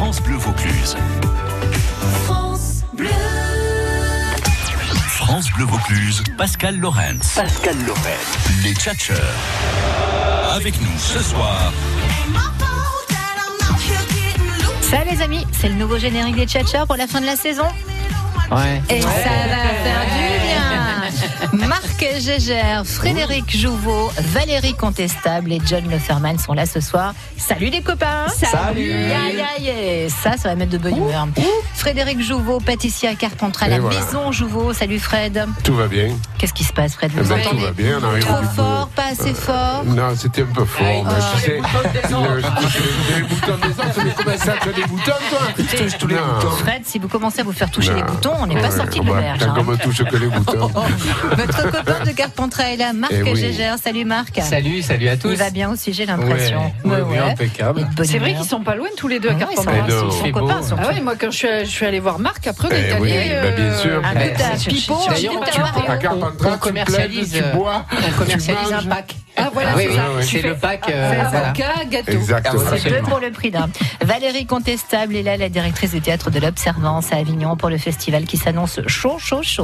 France Bleu Vaucluse. France Bleu. France Bleu Vaucluse, Pascal Lorenz. Les Tchatcheurs. Avec nous ce soir. Ça les amis, c'est le nouveau générique des Tchatcheurs pour la fin de la saison. Ouais. Et ça va faire du bien. Marc Gégère, Frédéric Jouveau, Valérie Contestable et John Leferman sont là ce soir. Salut les copains. Salut. Aïe, aïe, aïe. Ça va mettre de bonne humeur. Frédéric Jouveau, pâtissier à Carpentras, la maison Jouveau. Salut Fred. Tout va bien. Qu'est-ce qui se passe Fred? Vous Tout entendez va bien, on arrive trop au bout. fort, pas assez fort? Non, c'était un peu fort. Mais tu sais, les boutons des autres, mais comment ça, tu as des boutons, toi? Tu touches tous les boutons. Fred, si vous commencez à vous faire toucher les boutons, on n'est pas sorti de l'auberge. Tant qu'on me touche que les boutons. Notre copain de Carpentras est là, Marc Gégère. Salut Marc. Salut à tous. Il va bien aussi, j'ai l'impression. Oui, impeccable. C'est vrai qu'ils sont pas loin tous les deux à Carpentras. Ils sont copains. Ah ouais, moi quand je suis allé voir Marc, après on est oui, allé bien sûr. Un coup à Pipo, D'ailleurs, À Carpentras, on commercialise, tu bois, un pack. Ah voilà, Oui, c'est ça. c'est le pack. Avocat, gâteau. Exactement. c'est deux pour le prix d'un. Valérie Contestable est là, la directrice du théâtre de l'Observance à Avignon pour le festival qui s'annonce chaud.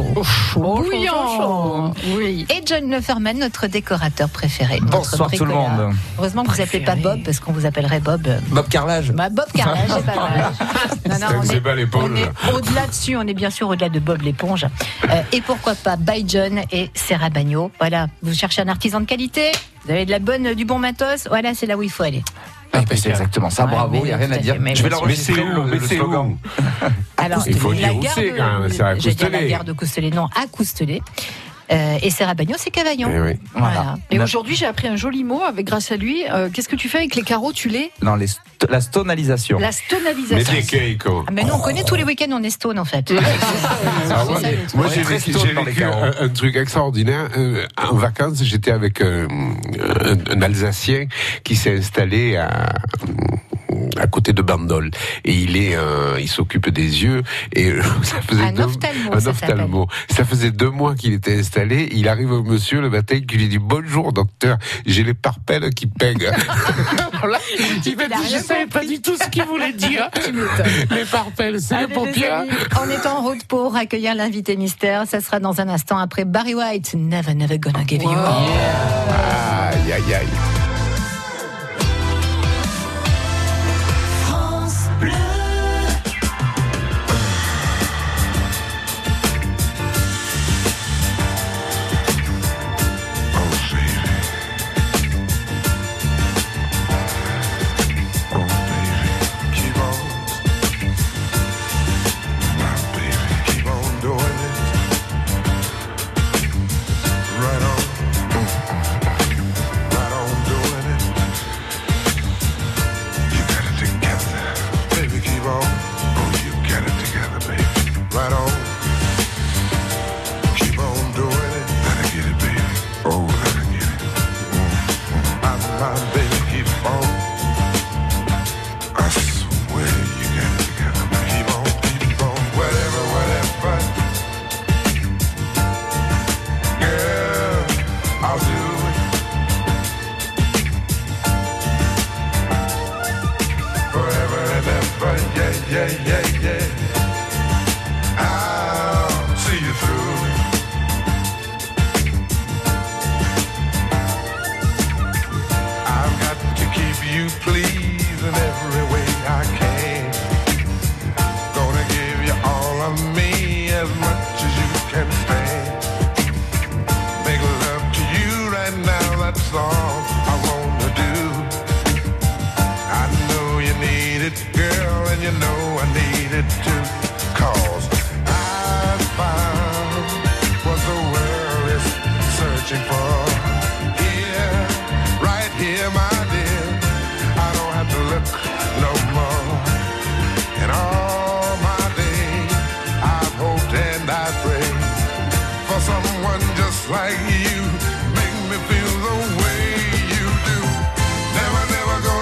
Bouillant. Oui. Et John Leferman, notre décorateur préféré. Bonsoir tout le monde. Heureusement que vous appelez pas Bob, parce qu'on vous appellerait Bob. Bob Carrelage. Bob Carrelage, c'est pas mal. Non, C'est pas l'épaule. on est au-delà dessus, on est bien sûr au-delà de Bob l'éponge. Et pourquoi pas by John et Serra Bagno. Voilà, vous cherchez un artisan de qualité, vous avez du bon matos, voilà, c'est là où il faut aller. C'est exactement ça, Ouais, bravo, il mais n'y a rien à tout à dire. fait, mais Je vais oui. l'enregistrer, le slogan. Alors, Il faut dire la où gare c'est, quand même, c'est à j'ai dit la Coustelet. gare de Coustelet, non, à Coustelet. Et Serra Bagno, c'est Cavaillon. Eh oui. Voilà. Et aujourd'hui, j'ai appris un joli mot grâce à lui. Qu'est-ce que tu fais avec les carreaux? Tu les Non, la stonalisation. La Mais stonalisation. des cakes, quoi. Ah, mais nous, on connaît tous les week-ends, on est stone en fait. Ah ouais, ça, le moi On est j'ai très vécu, stone dans les carreaux. un truc extraordinaire. En vacances, j'étais avec un Alsacien qui s'est installé à côté de Bandol, et il s'occupe des yeux, et ça faisait Un ophtalmo, un ça ophtalmo. Ça faisait 2 mois qu'il était installé. Il arrive au monsieur le matin qui lui dit: bonjour docteur, j'ai les parpelles qui pèguent. Là, il m'a dit: je savais pas du tout ce qu'il voulait dire. Les parpelles, c'est les Allez, les paupières. amis, on est en route pour accueillir l'invité mystère. Ça sera dans un instant après Barry White. Never, never gonna give you up. Aïe, aïe, aïe. France Bleu.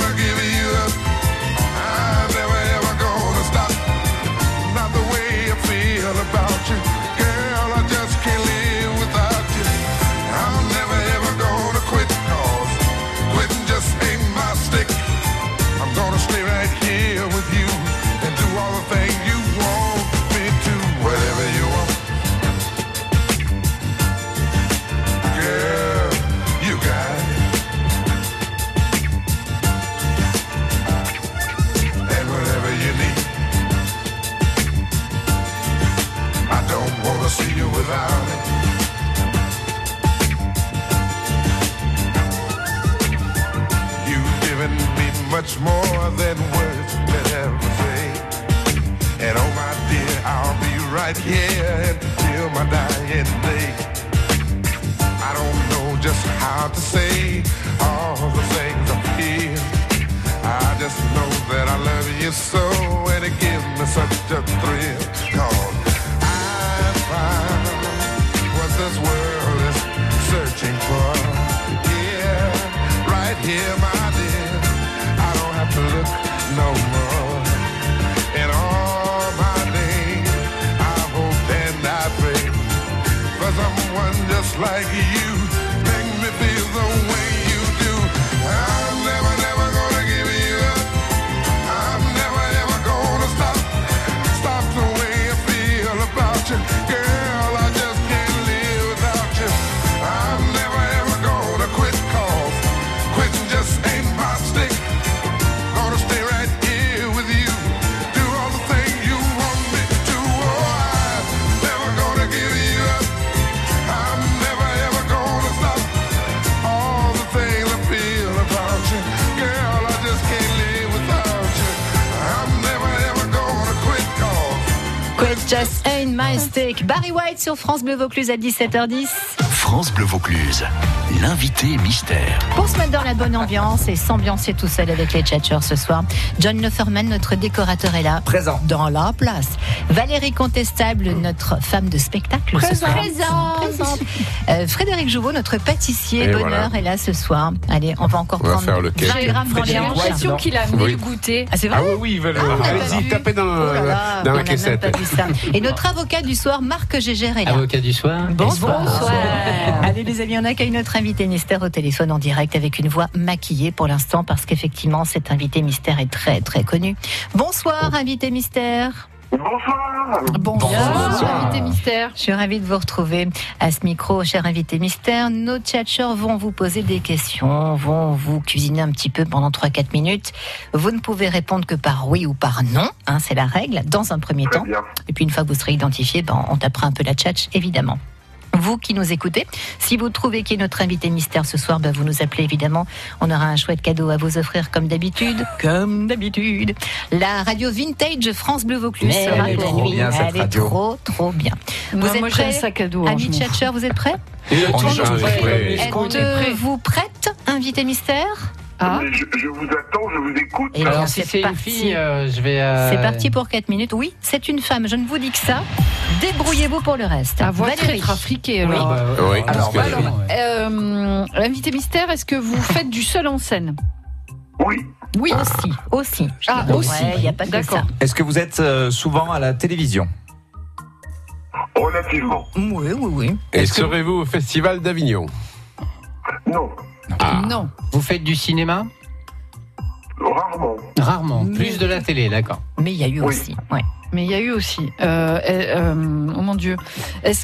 Never, ever gonna stop. Not the way you feel. right here until my dying day. I don't know just how to say all the things I feel. I just know that I love you so, and it gives me such a thrill. 'Cause I found what this world is searching for. Yeah, right here, my dear. I don't have to look no more. In all my days, I hope and I pray for someone just like you. Make me feel the way you do. I'm never, never gonna give you up. I'm never, ever gonna stop the way I feel about you. Girl, I just can't live without you. I'm never, ever gonna quit, 'cause quitting just ain't my stick. Gonna stay right here with you. Do all the things you want me to. Oh, I'm never gonna give you up. I'm never, ever gonna stop. All the things I feel about you. Girl, I just can't live without you. I'm never, ever gonna quit, 'cause Quit just ain't my stick. Barry White sur France Bleu Vaucluse à 17h10. France Bleu Vaucluse, l'invité mystère. Pour se mettre dans la bonne ambiance et s'ambiancer tout seul avec les tchatcheurs ce soir, John Leferman, notre décorateur, est là. Présent. Dans la place. Valérie Contestable, notre femme de spectacle ce soir. Présente. Frédéric Jouveau, notre pâtissier Et bonheur, voilà. est là ce soir. Allez, on va encore On va prendre faire le cake. 20 grammes dans les J'ai hanches. l'impression qu'il a amené Oui. le goûter. Ah, c'est vrai? Ah oui, ils veulent. on a pas Allez-y, vu. tapez dans, Oh là là, dans on la a même caissette. pas vu ça. Et notre avocat du soir, Marc Gégère, est là. Avocat du soir. Bonsoir. Allez les amis, on accueille notre invité mystère au téléphone en direct avec une voix maquillée pour l'instant parce qu'effectivement cet invité mystère est très très connu. Bonsoir invité mystère. bonsoir. Bonsoir. Invité mystère. Je suis ravie de vous retrouver à ce micro, cher invité mystère. Nos tchatcheurs vont vous poser des questions, vont vous cuisiner un petit peu pendant 3-4 minutes. Vous ne pouvez répondre que par oui ou par non, hein, c'est la règle, dans un premier Très temps. bien. Et puis une fois que vous serez identifié, on tapera un peu la tchatch, évidemment. Vous qui nous écoutez, si vous trouvez qui est notre invité mystère ce soir, vous nous appelez évidemment. On aura un chouette cadeau à vous offrir comme d'habitude. Comme d'habitude. La radio vintage France Bleu Vaucluse Mais sera elle est pour trop vous. bien, cette Elle est radio. trop bien. Moi, êtes moi prêts, j'aime ça cadeau. Amis tchatcheurs, vous êtes prêts? On est prêts. Êtes-vous prête, invité mystère? Ah. Mais je vous attends, je vous écoute. Eh bien, Alors si c'est une parti. fille, je vais. C'est parti pour 4 minutes. Oui, c'est une femme, je ne vous dis que ça. Débrouillez-vous pour le reste. À voix très Valérie. trafiquée. Oui, Alors. Oui, Alors, parce que- Alors, invité mystère, est-ce que vous faites du seul en scène? Oui, Oui. Aussi. Ah, aussi. Il n'y a pas que D'accord. ça. Est-ce que vous êtes souvent à la télévision? relativement. Oui. Et serez-vous au Festival d'Avignon? Non, Non. Vous faites du cinéma? rarement. Rarement. Plus de la télé, d'accord. Mais il y a eu Oui. aussi. Ouais. Mais il y a eu aussi. Oh mon Dieu. Est-ce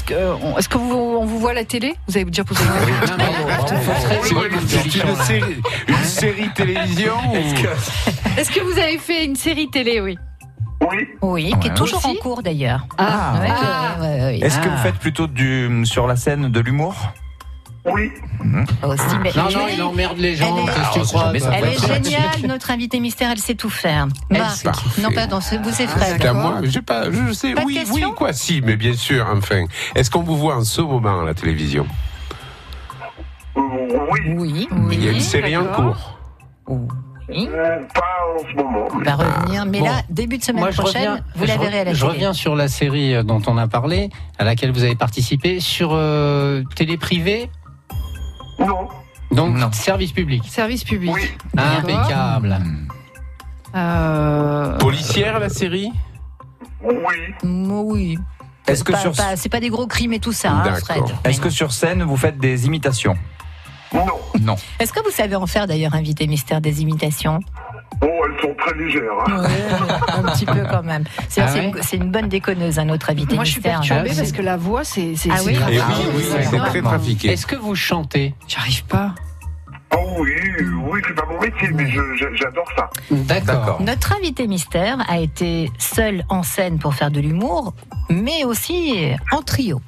que on vous voit à la télé? Vous avez déjà posé la question? Non, mais C'est une série télévision ou... Est-ce que vous avez fait une série télé? Oui. Oui, Oui, qui est Ouais. toujours Aussi en cours d'ailleurs. Ah. Ouais. Est-ce que vous faites plutôt sur la scène de l'humour? oui. Aussi, mais Non, il emmerde les gens, Elle est- qu'est-ce que tu crois? jamais ça elle va est être géniale, notre invitée mystère, elle sait tout faire. Marc, sait tout faire. non pardon, vous c'est Fred. C'est à moi, je sais, Pas de oui, question quoi, si, mais bien sûr, enfin. Est-ce qu'on vous voit en ce moment à la télévision? Oui. Oui, Il y a une série en d'accord. cours. oui. Pas en ce moment. On va revenir, mais Bon. là, début de semaine Moi, prochaine, vous la verrez à la Je télé. reviens sur la série dont on a parlé, à laquelle vous avez participé, sur télé privée, Non, donc Non. service public. Service public. oui. Impeccable. Policière, la série? Oui. Oui. Est-ce que C'est pas des gros crimes et tout ça, hein, D'accord. Fred. Est-ce que sur scène vous faites des imitations? Non. Non. Est-ce que vous savez en faire d'ailleurs, invité mystère, des imitations? Oh, elles sont très légères. Hein. Un petit peu quand même. C'est Ah c'est ouais une, c'est une bonne déconneuse, un autre invité Moi, je suis mystère. perturbée Ah, parce c'est- que la voix, c'est. Ah oui grave. Eh Ah, oui, c'est c'est vrai. très trafiqué. Est-ce que vous chantez? J'arrive pas. Oh oui, c'est pas mon métier, mais j'adore ça. D'accord. Notre invité mystère a été seul en scène pour faire de l'humour, mais aussi en trio.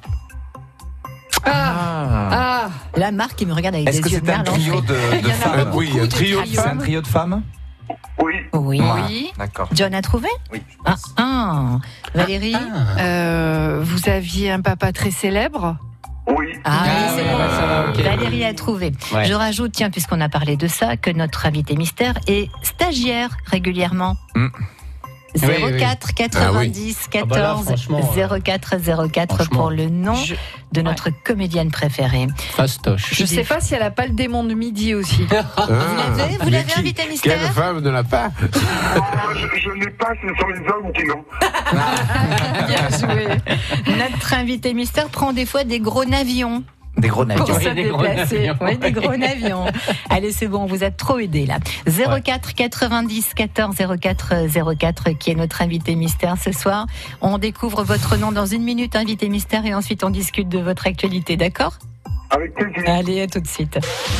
Ah. La Marc qui me regarde avec Est-ce des que yeux de c'est un merlan. trio de Il y en a femmes? Oui, un trio de C'est un trio de femmes? Oui. Oui. Oui. D'accord. John a trouvé? Oui. Valérie? Vous aviez un papa très célèbre? Oui. Ah, oui, c'est ouais, bon. ça va, ok. Valérie a trouvé. Ouais. Je rajoute, tiens, puisqu'on a parlé de ça, que notre invité mystère est stagiaire régulièrement. 04 90 Ah bah là, 14 franchement, 04 04 franchement, pour le nom de notre comédienne préférée. Fastoche. Je sais pas si elle a pas le démon de midi aussi. Vous l'avez invité mystère? Quelle femme ne l'a pas? Je n'ai pas, ce sont les hommes qui l'ont. Bien joué. Notre invité mystère prend des fois des gros navions. Des gros Pour navions. se des gros déplacer. navions. Oui, des gros navions. Allez, c'est bon, vous êtes trop aidés là. 04 90 14 04 04 qui est notre invité mystère ce soir. On découvre votre nom dans une minute, invité mystère, et ensuite on discute de votre actualité, d'accord? Avec plaisir. Allez, à tout de suite.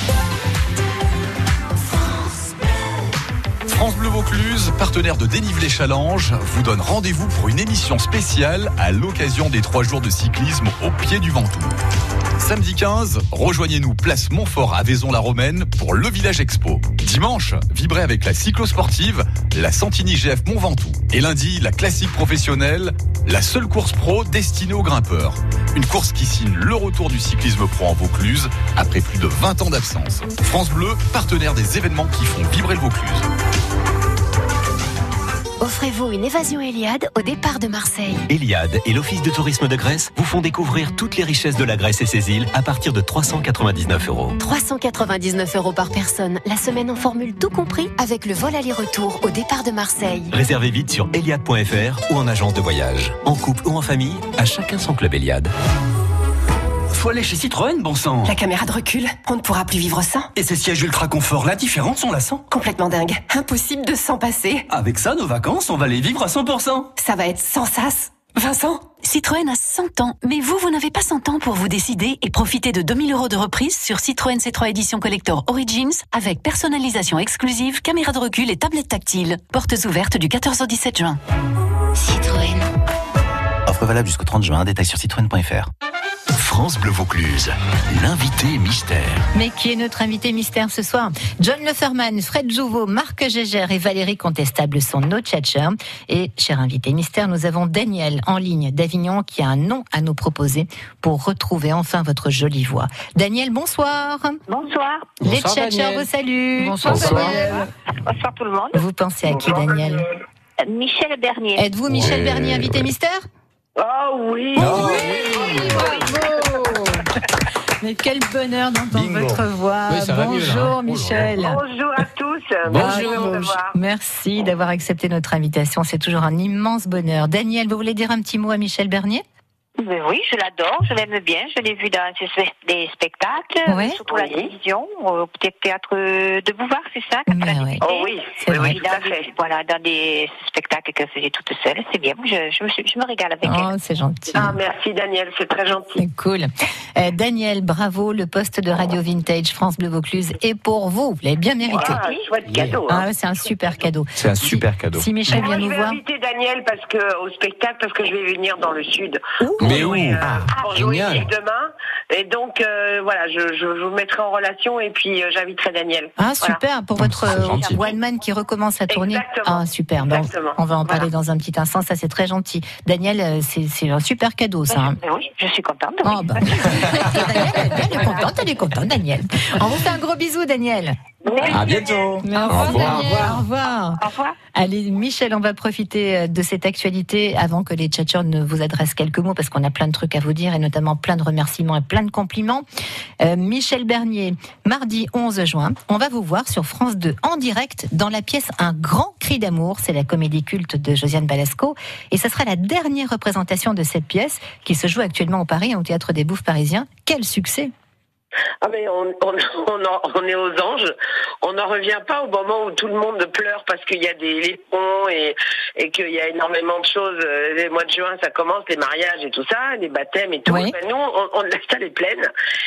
France Bleu Vaucluse, partenaire de Dénivelé Challenge, vous donne rendez-vous pour une émission spéciale à l'occasion des 3 jours de cyclisme au pied du Ventoux. Samedi 15, rejoignez-nous place Montfort à Vaison-la-Romaine pour le Village Expo. Dimanche, vibrez avec la cyclosportive, la Santini GF Mont Ventoux. Et lundi, la classique professionnelle, la seule course pro destinée aux grimpeurs. Une course qui signe le retour du cyclisme pro en Vaucluse après plus de 20 ans d'absence. France Bleu, partenaire des événements qui font vibrer le Vaucluse. Offrez-vous une évasion Eliade au départ de Marseille. Eliade et l'Office de tourisme de Grèce vous font découvrir toutes les richesses de la Grèce et ses îles à partir de 399 €. 399 € par personne, la semaine en formule tout compris avec le vol aller-retour au départ de Marseille. Réservez vite sur eliade.fr ou en agence de voyage. En couple ou en famille, à chacun son club Eliade. Faut aller chez Citroën, bon sang. La caméra de recul, on ne pourra plus vivre sans. Et ces sièges ultra confort, la différence, on la sent. Complètement dingue, impossible de s'en passer. Avec ça, nos vacances, on va les vivre à 100%. Ça va être sans sas. Vincent? Citroën a 100 ans, mais vous n'avez pas 100 ans pour vous décider et profiter de 2000 € de reprise sur Citroën C3 Edition Collector Origins avec personnalisation exclusive, caméra de recul et tablette tactile. Portes ouvertes du 14 au 17 juin. Citroën. Offre valable jusqu'au 30 juin, détails sur citroën.fr. France Bleu Vaucluse, l'invité mystère. Mais qui est notre invité mystère ce soir? John Leferman, Fred Jouveau, Marc Gégère et Valérie Contestable sont nos tchatcheurs. Et, cher invité mystère, nous avons Daniel en ligne d'Avignon qui a un nom à nous proposer pour retrouver enfin votre jolie voix. Daniel, bonsoir. Bonsoir. Les Bonsoir, tchatcheurs Daniel. vous saluent. Bonsoir. Daniel. Bonsoir tout le monde. Vous pensez à qui, Daniel? Michel Bernier. Êtes-vous Michel Bernier, invité mystère? Oh oui. Bravo. Mais quel bonheur d'entendre Bingo. votre voix. Oui, ça va mieux, là, Bonjour hein. Michel. Bonjour à tous. Bonjour. Merci de me voir. Merci d'avoir accepté notre invitation. C'est toujours un immense bonheur. Daniel, vous voulez dire un petit mot à Michel Bernier? Mais oui, je l'adore, je l'aime bien. Je l'ai vu dans des spectacles, Ouais. surtout à la télévision, peut-être théâtre de Bouvard, c'est ça? Mais ouais. Oh oui, C'est vrai. tout à fait. Voilà, dans des spectacles qu'elle faisait toute seule. C'est bien. Je me régale avec Oh, elle. c'est gentil. Ah, merci Daniel, c'est très gentil. C'est cool. Daniel, bravo. Le poste de Radio Vintage France Bleu Vaucluse est pour vous. Vous l'avez bien mérité. Ah, chouette cadeau. Ah, ouais, c'est un super cadeau. C'est un super cadeau. Si Michel vient Moi, nous je vais voir. inviter Daniel au spectacle parce que je vais venir dans le sud. Mais où? Pour jouer génial. ici demain. Et donc, voilà, je vous mettrai en relation et puis j'inviterai Daniel. Ah, Voilà. super, pour votre C'est gentil. One Man qui recommence à tourner. Exactement. Ah, super. Bon, Exactement. on va en parler Voilà. dans un petit instant, ça c'est très gentil. Daniel, c'est un super cadeau, ça. hein. Ben oui, je suis contente. Oh, oui. bah. Elle est contente, Daniel. On vous fait un gros bisou, Daniel. À bientôt. Au revoir, revoir. Daniel. Au revoir. Au revoir. Allez, Michel, on va profiter de cette actualité avant que les tchatcheurs ne vous adressent quelques mots parce qu'on a plein de trucs à vous dire et notamment plein de remerciements et plein de compliments. Michel Bernier, mardi 11 juin, on va vous voir sur France 2 en direct dans la pièce Un grand cri d'amour. C'est la comédie culte de Josiane Balasco et ce sera la dernière représentation de cette pièce qui se joue actuellement au Paris, au Théâtre des Bouffes parisiens. Quel succès! Ah mais on est aux anges. On n'en revient pas au moment où tout le monde pleure parce qu'il y a les ponts et qu'il y a énormément de choses. Les mois de juin, ça commence, les mariages et tout ça, les baptêmes et tout. Oui. Ben, nous, on la salle est pleine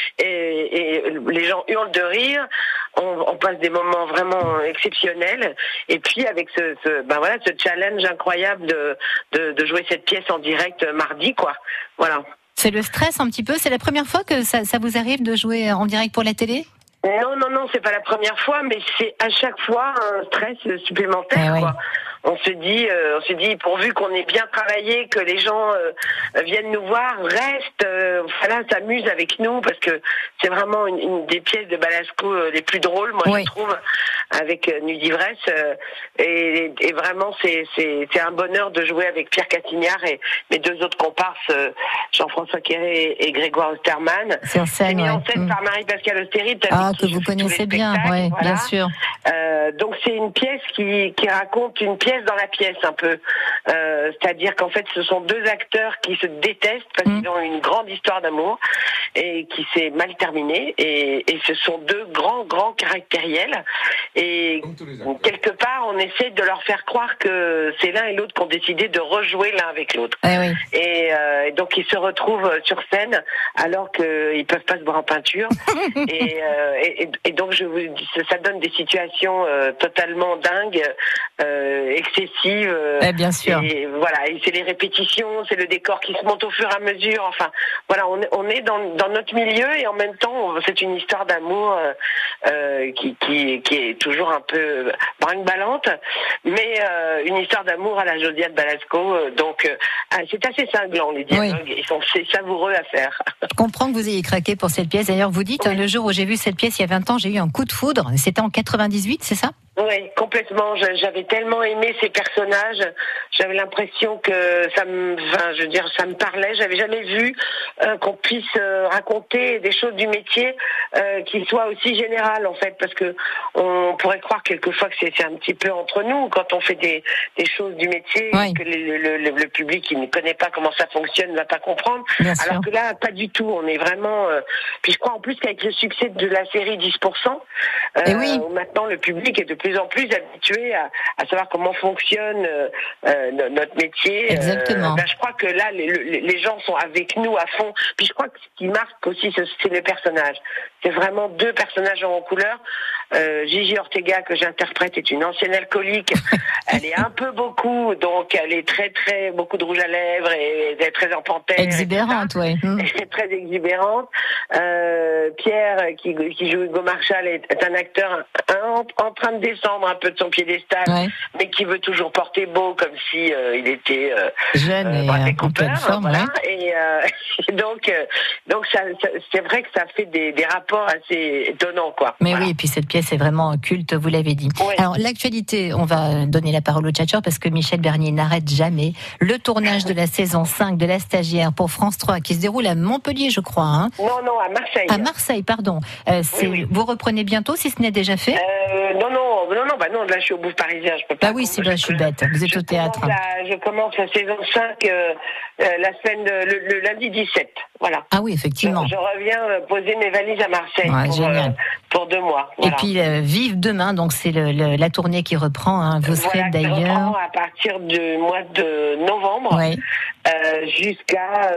et les gens hurlent de rire. On passe des moments vraiment exceptionnels. Et puis avec ce challenge incroyable de jouer cette pièce en direct mardi, quoi. Voilà. C'est le stress un petit peu. C'est la première fois que ça vous arrive de jouer en direct pour la télé? Non, c'est pas la première fois, mais c'est à chaque fois un stress supplémentaire, quoi. On se dit, pourvu qu'on ait bien travaillé, que les gens viennent nous voir, restent, s'amusent avec nous, parce que c'est vraiment une des pièces de Balasco les plus drôles, moi je trouve, avec Nuit d'ivresse, et vraiment c'est un bonheur de jouer avec Pierre Castignard et mes deux autres comparses, Jean-François Quéré et Grégoire Osterman. C'est en scène, mis en scène par Marie-Pascale Austeri, que vous connaissez bien, bien sûr. Donc c'est une pièce qui raconte une pièce dans la pièce un peu. C'est-à-dire qu'en fait ce sont deux acteurs qui se détestent parce qu'ils ont une grande histoire d'amour et qui s'est mal terminée, et ce sont deux grands caractériels, et quelque part on essaie de leur faire croire que c'est l'un et l'autre qui ont décidé de rejouer l'un avec l'autre. Et donc ils se retrouvent sur scène alors qu'ils peuvent pas se boire en peinture. et donc je vous dis, ça donne des situations totalement dingues, excessives. Bien sûr. Et voilà, et c'est les répétitions, c'est le décor qui se monte au fur et à mesure. Enfin, voilà, on est dans notre milieu, et en même temps, c'est une histoire d'amour qui est toujours un peu brinque-ballante, mais une histoire d'amour à la Josiane Balasco. Donc, c'est assez cinglant, les dialogues. C'est savoureux à faire. Je comprends que vous ayez craqué pour cette pièce. D'ailleurs, vous dites, le jour où j'ai vu cette pièce, il y a 20 ans, j'ai eu un coup de foudre. C'était en 98, c'est ça ? Oui, complètement. J'avais tellement aimé ces personnages. J'avais l'impression que ça me parlait. J'avais jamais vu qu'on puisse raconter des choses du métier qui soient aussi générales, en fait, parce que on pourrait croire quelquefois que c'est un petit peu entre nous quand on fait des choses du métier, que le public qui ne connaît pas comment ça fonctionne ne va pas comprendre. Alors que là, pas du tout. On est vraiment. Puis je crois en plus qu'avec le succès de la série 10%, maintenant le public est de plus en plus habitué à savoir comment fonctionne notre métier. Exactement. Je crois que là, les gens sont avec nous à fond. Puis je crois que ce qui marque aussi, c'est les personnages. C'est vraiment deux personnages en couleur. Gigi Ortega, que j'interprète, est une ancienne alcoolique. Elle est un peu beaucoup, donc elle est très beaucoup de rouge à lèvres et elle est très en panthère. Exubérante, oui. Très exubérante. Pierre, qui joue Hugo Marchal, est un acteur en train de descendre un peu de son piédestal, mais qui veut toujours porter beau, comme si il était jeune et en pleine forme. Voilà. Et donc c'est vrai que ça fait des rapports assez étonnants, quoi. Mais oui, et puis cette pièce est vraiment culte, vous l'avez dit. Alors l'actualité, on va donner la parole au tchatcheur parce que Michel Bernier n'arrête jamais. Le tournage de la saison 5 de La Stagiaire pour France 3 qui se déroule à Montpellier, je crois. Non, à Marseille. À Marseille, pardon. Vous reprenez bientôt, si ce n'est déjà fait? Non, là je suis au bout parisien, je peux pas. Ah oui, je suis bête, vous êtes au théâtre. Je commence la saison 5 la semaine, le lundi 17, voilà. Ah oui, effectivement. Je reviens poser mes valises à Marseille pour 2 mois. Voilà. Et puis Vive demain, donc c'est la tournée qui reprend, vous serez d'ailleurs... à partir du mois de novembre jusqu'à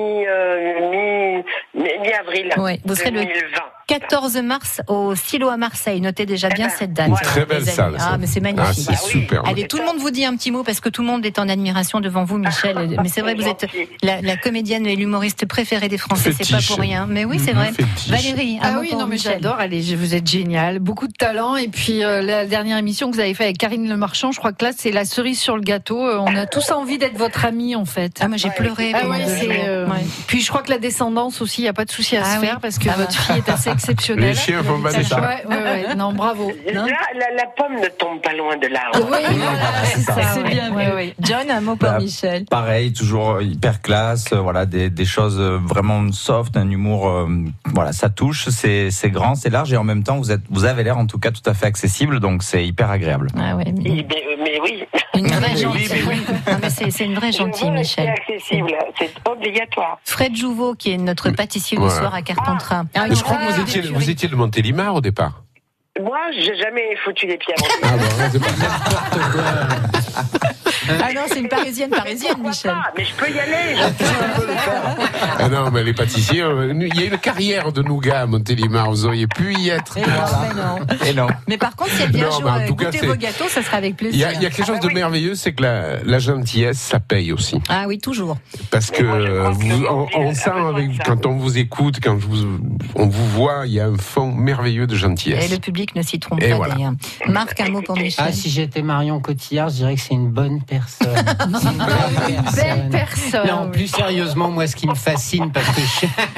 mi-avril 2020. 14 mars au Silo à Marseille. Notez déjà bien cette date. Très belle salle. Mais c'est magnifique. C'est super. Allez, tout le monde vous dit un petit mot parce que tout le monde est en admiration devant vous, Michel. Mais c'est vrai, vous êtes la comédienne et l'humoriste préférée des Français. C'est pas pour rien. Mais oui, c'est vrai. Valérie, mais j'adore. Allez, vous êtes génial. Beaucoup de talent. Et puis la dernière émission que vous avez fait avec Karine Le Marchand, je crois que là, c'est la cerise sur le gâteau. On a tous envie d'être votre amie, en fait. Moi, j'ai pleuré. Puis je crois que la descendance aussi, il n'y a pas de souci à se faire parce que votre fille est assez exceptionnelle. Les chiens font pas ça. Non, bravo. La pomme ne tombe pas loin de l'arbre. C'est bien. John, un mot pour Michel. Pareil, toujours hyper classe. Des choses vraiment soft, un humour. Ça touche, c'est grand, c'est large et en même temps vous avez l'air en tout cas tout à fait accessible, donc c'est hyper agréable. Mais oui. Une vraie gentille. C'est une vraie gentille, Michel. C'est accessible, c'est obligatoire. Fred Jouveau, qui est notre pâtissier du soir à Carpentras. Je crois que vous étiez de Montélimar au départ. Moi, j'ai jamais foutu les pieds à Montélimar. Ah non, c'est une parisienne, Michel. Mais je peux y aller. Ah non, mais les pâtissiers, il y a une carrière de nougat à Montélimar, vous auriez pu y être. Et non. Mais par contre, si elle vient goûter vos gâteaux, ça sera avec Il plaisir. y a quelque chose de merveilleux, c'est que la gentillesse, ça paye aussi. Ah oui, toujours. Parce que on sent, quand on vous écoute, quand on vous voit, il y a un fond merveilleux de gentillesse. Et le public ne s'y trompe pas d'ailleurs. Marc, un mot pour Michel. Ah, si j'étais Marion Cotillard, je dirais que c'est une bonne personne. Une belle personne. Non, plus sérieusement, moi, ce qui me fascine, parce que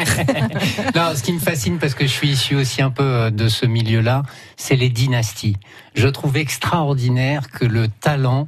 je suis issu aussi un peu de ce milieu-là, c'est les dynasties. Je trouve extraordinaire que le talent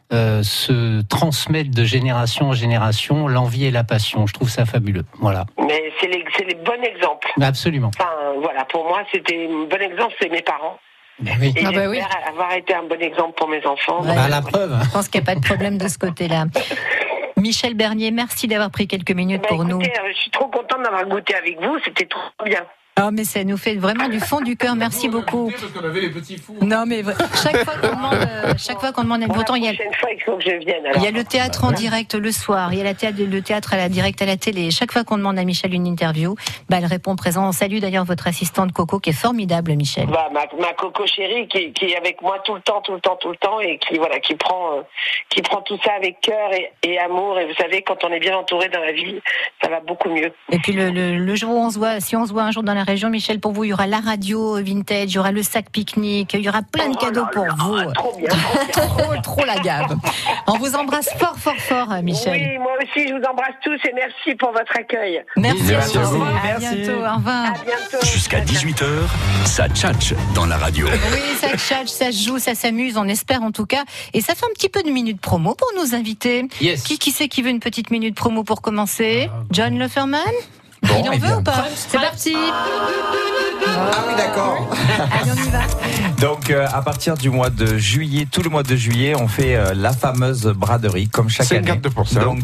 se transmette de génération en génération, l'envie et la passion. Je trouve ça fabuleux. Voilà. Mais c'est les bons exemples. Absolument. Enfin, voilà, pour moi, c'était un bon exemple, c'est mes parents. Oui. Et j'espère avoir été un bon exemple pour mes enfants. Ouais, la preuve. Je pense qu'il n'y a pas de problème de ce côté-là. Michel Bernier, merci d'avoir pris quelques minutes pour nous. Je suis trop contente d'avoir goûté avec vous, c'était trop bien. Oh, mais ça nous fait vraiment du fond du cœur. Merci beaucoup. Parce qu'on avait les petits fours. Non, mais chaque fois qu'on demande, pourtant il y a. La prochaine fois, il faut que je vienne. Alors. Il y a le théâtre en direct le soir. Il y a le théâtre direct à la télé. Chaque fois qu'on demande à Michel une interview, elle répond présent. On salue d'ailleurs votre assistante Coco, qui est formidable, Michel. Ma Coco chérie, qui est avec moi tout le temps, et qui prend tout ça avec cœur et amour. Et vous savez, quand on est bien entouré dans la vie, ça va beaucoup mieux. Et puis le jour où on se voit, si on se voit un jour dans la région, Michel, pour vous, il y aura la radio vintage, il y aura le sac pique-nique, il y aura plein de cadeaux pour vous. Trop bien. trop la gave. On vous embrasse fort, Michel. Oui, moi aussi, je vous embrasse tous et merci pour votre accueil. Merci à vous. À bientôt. Au revoir. À bientôt. Jusqu'à 18h, ça tchatche dans la radio. Oui, ça tchatche, ça se joue, ça s'amuse, on espère en tout cas. Et ça fait un petit peu de minute promo pour nos invités. Yes. Qui c'est qui veut une petite minute promo pour commencer? John Leferman? Bon, il en veut ou pas? C'est parti. Ah oui, d'accord. Allez, on y va. Donc, à partir du mois de juillet, tout le mois de juillet, on fait la fameuse braderie, comme chaque année. 52%. Donc,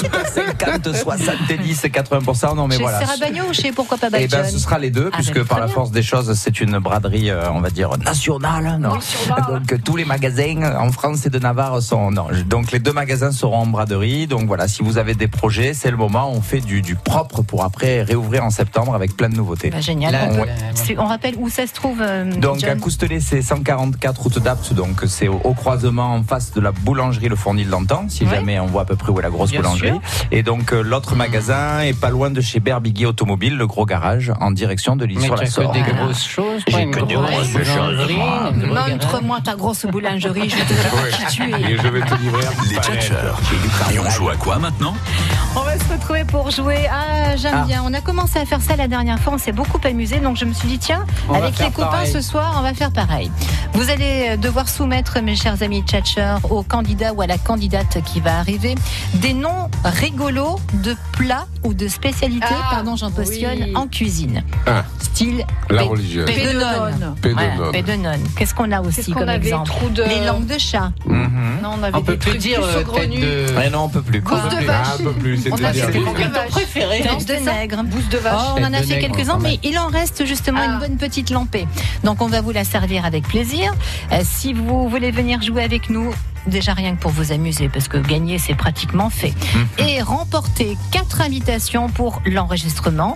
50, 70, 80%. Non, mais Chez voilà. Serra Bagno ou chez Pourquoi pas Eh John? ben, ce sera les deux, puisque par la force des choses, c'est une braderie, on va dire, nationale. Non. Donc, tous les magasins en France et de Navarre sont, non. Donc, les deux magasins seront en braderie. Donc, voilà, si vous avez des projets, c'est le moment. On fait du propre pour après réouvrir en septembre avec plein de nouveautés. Bah, génial. On rappelle où ça se trouve. Donc, John. à Coustelet, c'est 144 route d'Apt. Donc, c'est au croisement en face de la boulangerie Le Fournil d'Antan, si jamais on voit à peu près où est la grosse boulangerie. Sûr. Et donc, l'autre magasin est pas loin de chez Berbiguier Automobile, le gros garage, en direction de l'Île-sur-la-Sorgue. Mais tu as que des grosses choses. J'ai que des grosses choses. Montre-moi ta grosse boulangerie, je vais te dire qui tu es. Et je vais te livrer Les tchatcheurs. Et on joue à quoi maintenant? On va se retrouver pour jouer. Ah, j'aime bien. On a commencé à faire ça la dernière fois, on s'est beaucoup amusé, donc je me suis dit tiens, avec les copains ce soir, on va faire pareil. Vous allez devoir soumettre, mes chers amis tchatcheurs, au candidat ou à la candidate qui va arriver, des noms rigolos de plats ou de spécialités, pardon, j'en positionne, en cuisine. Style la religieuse. Pédenone. Pédenone. Qu'est-ce qu'on a aussi comme exemple? Les langues de chat. Non, on avait peut plus dire tête de... Non, on peut plus. Bouse de vache. Un peu plus, On a c'est-à-dire. fait ton préféré. Tête de nègre. Bouse de vache. Oh, on en a Tête de fait nègre, quelques-uns, quand même. mais il en reste justement une bonne petite lampée. Donc on va vous la servir avec plaisir. Si vous voulez venir jouer avec nous, déjà rien que pour vous amuser, parce que gagner c'est pratiquement fait. Et remporter 4 invitations pour l'enregistrement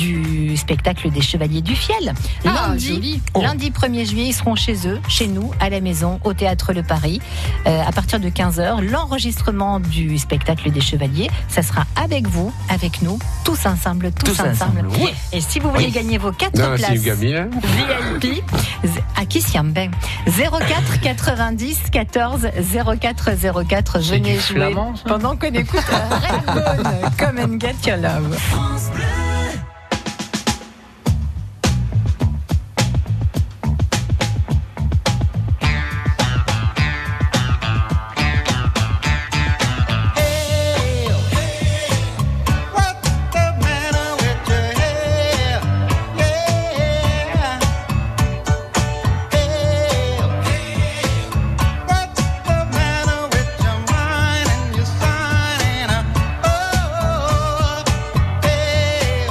du spectacle des Chevaliers du Fiel. Lundi 1er juillet, ils seront chez eux, chez nous, à la maison, au Théâtre Le Paris, à partir de 15h. L'enregistrement du spectacle des Chevaliers, ça sera avec vous, avec nous, tous ensemble. Oui. Et si vous voulez gagner vos 4 Non, places c'est une gamine. VIP, à qui s'y ben 04 90 14 04 04, venez jouer flamand, ça pendant qu'on écoute Redbone, Come and Get Your Love. Hey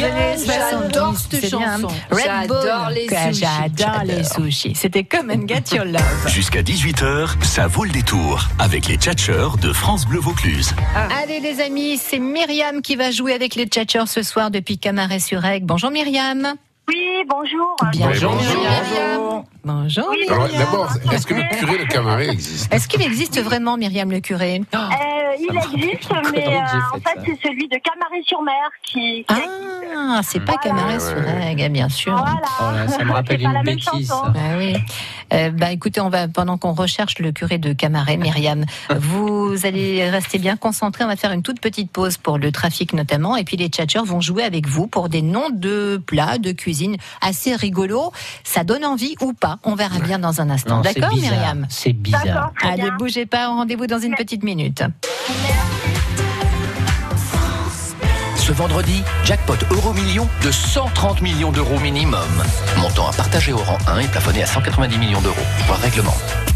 années 70. J'adore cette C'est bien. chanson. Red Bull. J'adore les sushis. J'adore les sushis. C'était Come and Get Your Love. Jusqu'à 18h, ça vaut le détour avec les tchatcheurs de France Bleu Vaucluse. Allez les amis, c'est Myriam qui va jouer avec les tchatcheurs ce soir depuis Camaret-sur-Aigle. Bonjour Myriam. Oui, bonjour. Bonjour bonjour. Myriam. Bonjour Oui. Alors, Myriam. d'abord, est-ce que le curé de Camaret existe? Est-ce qu'il existe vraiment Myriam le curé? Il existe, mais en fait, c'est celui de Camaret-sur-Mer qui Ah, c'est pas Camaret-sur-Aigle, bien sûr. Voilà. Oh là, ça me rappelle C'est pas une la même bêtise. chanson. ça. Bah oui. Écoutez, pendant qu'on recherche le curé de Camaret, Myriam, vous allez rester bien concentrés. On va faire une toute petite pause pour le trafic notamment, et puis les tchatcheurs vont jouer avec vous pour des noms de plats, de cuisine assez rigolos. Ça donne envie ou pas? On verra bien dans un instant. Non, c'est D'accord, bizarre. Myriam? C'est bizarre. D'accord, très Allez, bien. bougez pas. Rendez-vous dans une petite minute. Ce vendredi, jackpot euro-million de 130 millions d'euros minimum. Montant à partager au rang 1 et plafonné à 190 millions d'euros. Voir règlement.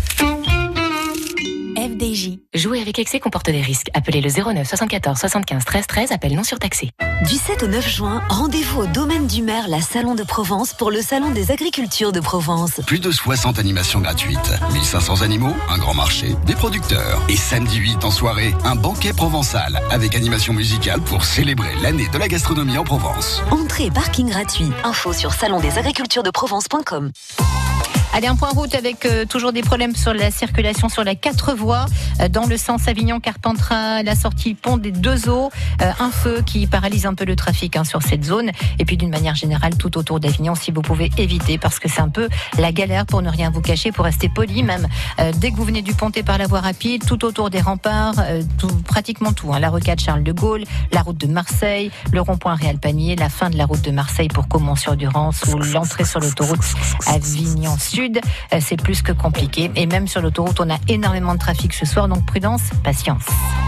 FDJ. Jouer avec excès comporte des risques. Appelez le 09 74 75 13 13, appel non surtaxé. Du 7 au 9 juin, rendez-vous au Domaine du Maire, la Salon de Provence, pour le Salon des Agricultures de Provence. Plus de 60 animations gratuites, 1500 animaux, un grand marché, des producteurs. Et samedi 8 en soirée, un banquet provençal avec animation musicale pour célébrer l'année de la gastronomie en Provence. Entrée et parking gratuit. Info sur salondesagriculturesdeprovence.com. Allez, un point route avec toujours des problèmes sur la circulation sur la 4 voies dans le sens Avignon-Carpentras, la sortie pont des Deux Eaux, un feu qui paralyse un peu le trafic sur cette zone, et puis d'une manière générale tout autour d'Avignon, si vous pouvez éviter, parce que c'est un peu la galère, pour ne rien vous cacher, pour rester poli même, dès que vous venez du Pontet par la voie rapide, tout autour des remparts, pratiquement tout, la rocade Charles de Gaulle, la route de Marseille, le rond-point Réal Panier, la fin de la route de Marseille pour Caumont-sur-Durance, ou l'entrée sur l'autoroute Avignon Sud. C'est plus que compliqué, et même sur l'autoroute on a énormément de trafic ce soir, donc prudence, patience.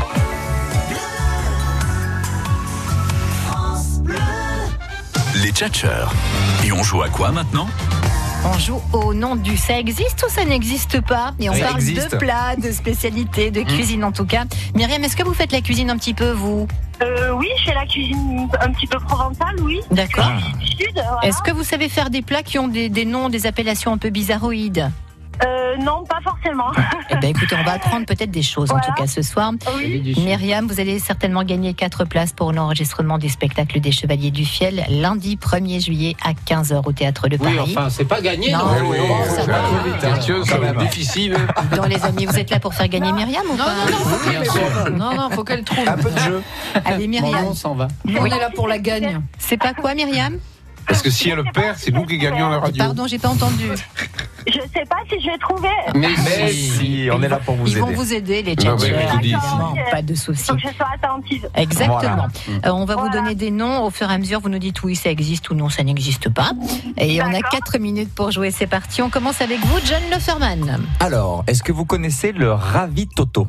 Les tchatcheurs. Et on joue à quoi maintenant? On joue au nom du ça existe ou ça n'existe pas, et on Ça parle existe. de plats, de spécialités, de cuisine en tout cas. Myriam, est-ce que vous faites la cuisine un petit peu, vous? Oui, je fais la cuisine un petit peu provençale, oui. D'accord. Sud, voilà. Est-ce que vous savez faire des plats qui ont des noms, des appellations un peu bizarroïdes? Non, pas forcément. Eh bien, écoutez, on va apprendre peut-être des choses en tout cas ce soir. Oui. Myriam, vous allez certainement gagner 4 places pour l'enregistrement du spectacle des Chevaliers du Fiel, lundi 1er juillet à 15h au Théâtre de Paris. Oui, enfin, c'est pas gagné, non, ça va. Mathieu, ça va être difficile. Donc les amis, vous êtes là pour faire gagner Myriam ou pas? Non, faut qu'elle trouve. Un peu de jeu. Allez Myriam. on s'en va. Nous, on est là pour la gagne. C'est pas quoi Myriam? Parce que si elle perd, c'est nous qui gagnons la radio. Pardon, j'ai pas entendu. Je sais pas si je vais trouver. Mais si, on est là pour vous Ils aider. vont vous aider, les Non, mais tchatcheurs. je te dis, Évidemment, pas de souci. Donc je sois attentive. Exactement. Voilà. On va vous donner des noms. Au fur et à mesure, vous nous dites oui, ça existe ou non, ça n'existe pas. Et on a 4 minutes pour jouer. C'est parti. On commence avec vous, John Leferman. Alors, est-ce que vous connaissez le Ravi Toto?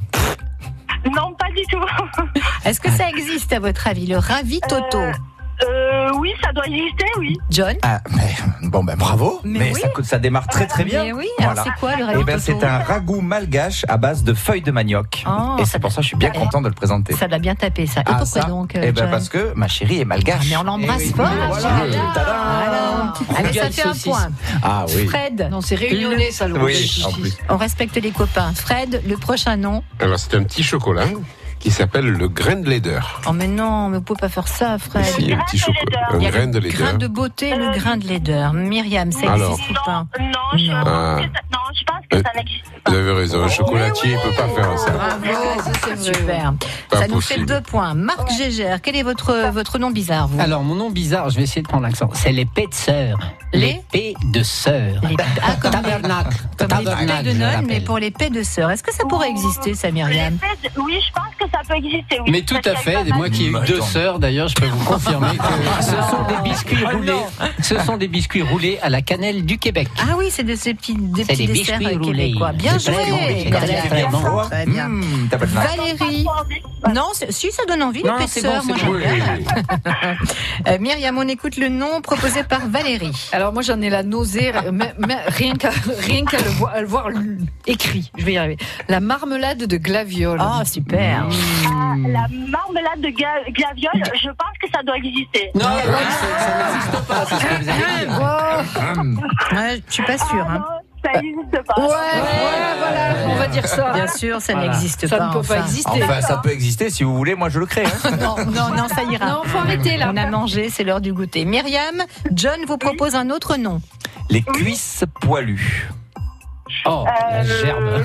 Non, pas du tout. Est-ce que ça existe à votre avis, le Ravi Toto? Oui, ça doit exister, oui. John? Ah, ben bravo. Mais oui. ça démarre très très bien. Mais oui, alors c'est quoi le Ravi Eh ben, Toto? c'est un ragoût malgache à base de feuilles de manioc. Oh, et c'est pour ça que je suis bien content de le présenter. Ça doit bien taper, ça. Et pourquoi ça donc, Eh ben John? parce que ma chérie est malgache. Mais on l'embrasse Eh oui. fort. Voilà. Voilà. Allez, ça fait un point. Ah oui. Fred. Non, c'est réunionnais, ça, le Oui, en plus. On respecte les copains. Fred, le prochain nom. Alors, c'est un petit chocolat qui s'appelle le grain de laideur. Oh mais non, mais vous pouvez pas faire ça, Fred. Si, un petit chocolat, un Il y a grain de le grain laideur. de beauté et le grain de laideur. Myriam, ça Alors. existe ou pas? Non, je Ah. pense que ça n'existe pas. Vous avez raison, un chocolatier ne peut pas faire ça. Bravo, super. Pas Ça nous fait possible. 2 points. Marc Gégère, quel est votre nom bizarre, vous? Alors, mon nom bizarre, je vais essayer de prendre l'accent. C'est l'épée de sœur. L'épée de sœur. Comme Tabernacle. Comme les Tabernacle, paix de je Nolles, l'appelle. mais pour les paix de sœurs. Est-ce que ça pourrait exister, ça, Myriam? Oui, je pense que ça peut exister, oui. Mais tout à fait, moi qui ai eu 2 sœurs d'ailleurs, je peux vous confirmer que ce sont des biscuits roulés. Ce sont des biscuits roulés à la cannelle du Québec. Ah oui, c'est des petits C'est des desserts biscuits québécois. Bien joué. Très bien. Valérie. Non, si ça donne envie, l'épaisseur, moi j'aime bien. Myriam, on écoute le nom proposé par Valérie. Alors moi j'en ai la nausée, rien qu'à le voir écrit. Je vais y arriver. La marmelade de glavioles. Ah, super. La marmelade de glavioles, je pense que ça doit exister. Non, ça n'existe pas, c'est ce que vous avez dit. Ouais, je suis pas sûre. Non, ça n'existe pas. Ouais, voilà, on va dire ça. Bien sûr, ça n'existe ça pas. Ça ne peut pas exister. Enfin, ça peut exister, si vous voulez, moi je le crée. Non, ça ira. Non, faut arrêter là. On a mangé, c'est l'heure du goûter. Myriam, John vous propose un autre nom. Les cuisses poilues. Oh, la gerbe.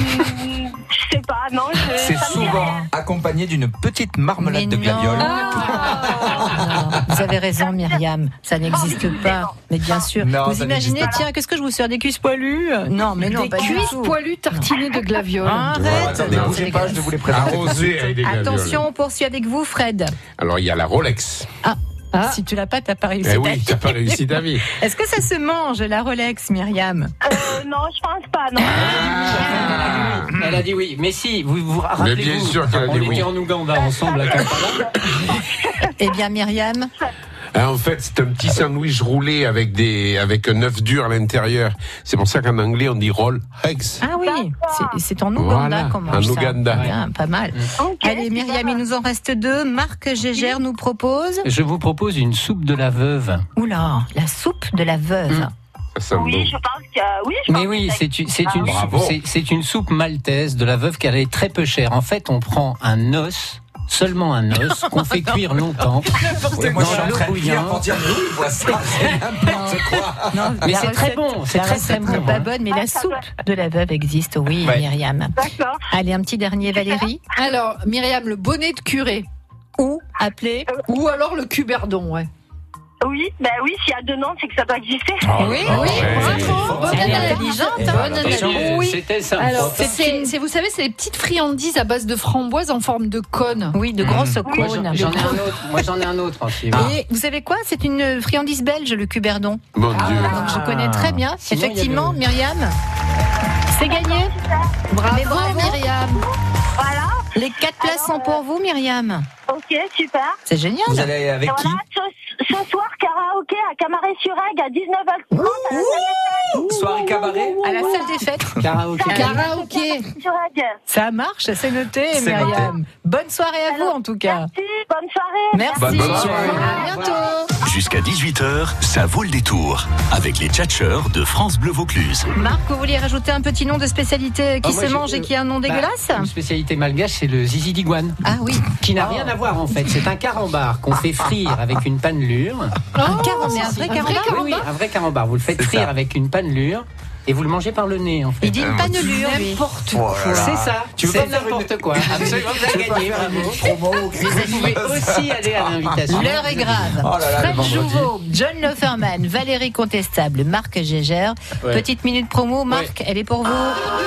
Je sais pas, non. C'est souvent accompagné d'une petite marmelade de glavioles. Vous avez raison, Myriam, ça n'existe pas. Mais bien sûr. Non, vous imaginez, tiens, qu'est-ce que je vous sers, des cuisses poilues? Non, mais non, des pas du cuisses tout. poilues tartinées de glavioles. Arrête. Attendez, bougez pas, je vais vous les présenter. Arrosé avec des glavioles. Attention, on poursuit avec vous, Fred. Alors, il y a la Rolex. Si tu l'as pas, t'as pas réussi. Eh oui, t'as pas réussi ta vie. Est-ce que ça se mange, la Rolex, Myriam? Non, je pense pas, non. Elle a dit oui. Mais si, vous rappelez-vous, bien sûr qu'elle a dit on oui. était en Ouganda ensemble à Kampala. Eh bien, Myriam. En fait, c'est un petit sandwich roulé avec un œuf dur à l'intérieur. C'est pour ça qu'en anglais, on dit Rolex. Ah oui, c'est en Ouganda Voilà, qu'on mange en ça. Ouganda. Bien, pas mal. Allez, Myriam, il nous en reste deux. Marc Gégère nous propose... Je vous propose une soupe de la veuve. Oula, la soupe de la veuve. Oui, je pense que oui. Mais oui, c'est une soupe maltaise de la veuve qui est très peu chère. En fait, on prend un os. Seulement un os qu'on fait cuire longtemps Ouais, moi, je suis en dans train l'eau de dire, bouillante. partir de l'eau, il voit ça, c'est n'importe quoi. Non, Mais la c'est très recette- bon, c'est la très recette bon. n'est pas bonne, mais la soupe de la veuve existe, oui, Ouais. Myriam. D'accord. Allez, un petit dernier, Valérie. Alors, Myriam, le bonnet de curé. Ou appelé Ou alors le cuberdon, ouais. Oui, s'il y a deux noms, c'est que ça doit exister. Oui, bravo. Bonne Elle est analyse. intelligente, hein. Bonne analyse. Oui. C'était ça. Alors, vous savez, c'est les petites friandises à base de framboises en forme de cône. Oui, de grosses Moi, cônes. j'en ai un autre. Moi, j'en ai un autre aussi. Et vous savez quoi? C'est une friandise belge, le cuberdon. Mon Dieu. Donc je connais très bien. Sinon, Effectivement, il y a Myriam, c'est gagné. Bravo, Mais bravo. Myriam. Voilà. Les 4 places sont pour vous, Myriam. Ok, super. C'est génial. Vous allez avec qui? Voilà, ce soir, karaoké à Camaret-sur-Aigle à 19h30. Soirée cabaret? À la salle des fêtes. Karaoké. Karaoké. Sur-Aigle. Ça marche, c'est noté, C'est Myriam. Bonne soirée à vous, en tout cas. Merci, bonne soirée. Merci. Bonne soirée. À bientôt. Jusqu'à 18h, ça vaut le détour. Avec les tchatcheurs de France Bleu Vaucluse. Marc, vous vouliez rajouter un petit nom de spécialité qui moi, se mange et qui a un nom dégueulasse? Une spécialité malgache, c'est le zizi d'iguane. Ah oui. Qui n'a rien à voir en fait. C'est un carambar qu'on fait frire avec une panelure. Un carambar, un vrai carambar. Oui, un vrai carambar. Vous le faites frire avec une panelure et vous le mangez par le nez en fait. Il dit une panelure, lui. N'importe quoi. C'est ça. Tu veux c'est pas faire n'importe quoi. Absolument, vous avez gagné. Bravo. Vous pouvez aussi aller à l'invitation. L'heure est grave. Oh là là, le Fred vendredi. Jouveau, John Loferman, Valérie Contestable, Marc Gégère. Ouais. Petite minute promo, Marc, elle est pour vous.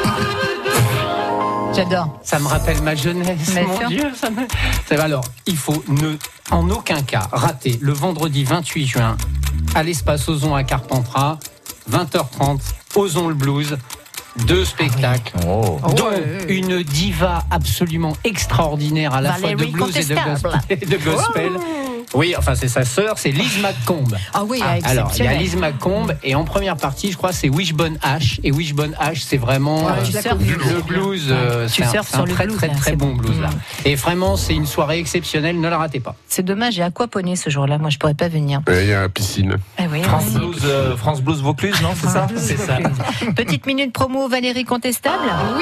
J'adore. Ça me rappelle ma jeunesse. Mais Mon sûr. Dieu, ça va. Alors, il faut en aucun cas rater le vendredi 28 juin à l'espace Ozon à Carpentras, 20h30, Ozon le Blues. 2 spectacles, Oh. dont une diva absolument extraordinaire à la fois de Valérie blues Contestable. et de gospel. Oui, enfin c'est sa sœur, c'est Lise McComb. Ah oui, Alors, il y a exceptionnel. Lise McComb et en première partie, je crois, c'est Wishbone Ash. Et Wishbone Ash, c'est vraiment tu surfes le blues. Tu c'est surfes un sur le très blues, très là, très c'est bon bon. blues là. Et vraiment, c'est une soirée exceptionnelle. Ne la ratez pas. C'est dommage, j'ai aquaponé ce jour-là. Moi, je pourrais pas venir. Il y a la piscine. Ah oui, France Blues Vaucluse, non? C'est ça? C'est ça. Petite minute promo, Valérie Contestable. Oui.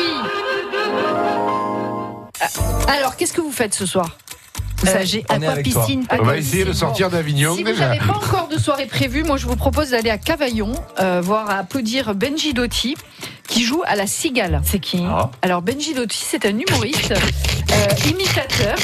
Alors, qu'est-ce que vous faites ce soir? J'ai on est avec toi. aquapiscine. On va essayer de sortir d'Avignon Si vous déjà. n'avez pas encore de soirée prévue, moi je vous propose d'aller à Cavaillon, voir applaudir Benji Dotti, qui joue à la Cigale. C'est qui? Alors Benji Dotti, c'est un humoriste, imitateur.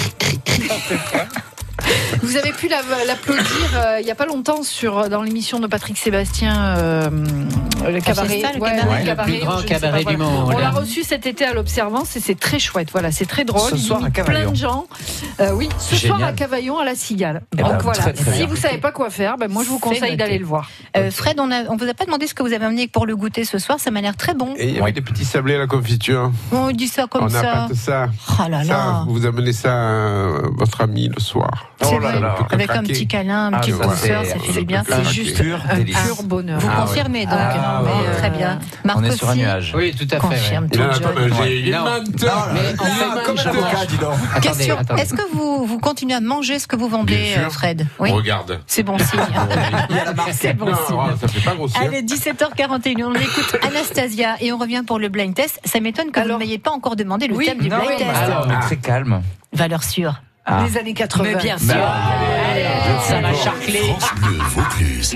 Vous avez pu l'applaudir il n'y a pas longtemps dans l'émission de Patrick Sébastien, Le cabaret, ça, le ouais, cabaret. le cabaret, Le plus grand je ne sais cabaret pas, du voilà. monde. On l'a reçu cet été à l'Observance et c'est très chouette. Voilà, c'est très drôle. Ce Il soir, à imite Cavaillon. plein de gens. Oui, ce Génial. soir à Cavaillon à la Cigale. Eh Donc ben, voilà, très, très si bien. vous savez pas quoi faire, ben moi je vous C'est conseille noté. d'aller le voir. Fred, on vous a pas demandé ce que vous avez amené pour le goûter ce soir. Ça m'a l'air très bon. Et il y avait des petits sablés à la confiture. On dit ça comme On ça. n'a pas de ça. Oh là Ça, là. vous amenez ça à votre ami le soir. C'est Oh là vrai. là. Avec un petit câlin, une Ah, petite ça, douceur, c'est- ça fait du bien. c'est juste un pur bonheur. Vous Ah, confirmez donc. Ah, Mais, très bien. Marc On est sur un aussi nuage. Oui, tout à fait. confirme Il tout, en a pas John. mangé. Il est Non. menteur. Mais en fait, Comme je le mange. cas, dis donc. Question, Attendez. est-ce que vous continuez à manger ce que vous vendez, Bien sûr. Fred? Oui. Regarde. C'est bon signe. Il y a la marque. C'est bon Non, signe. ça fait pas grossir. Allez, 17h41, on écoute Anastasia et on revient pour le blind test. Ça m'étonne que vous ne m'ayez pas encore demandé le thème du Non, blind oui, test. alors, on est très calme. Valeur sûre. Ah. Les années 80. Mais bien sûr. Ça va charcler. France Bleu Vaucluse.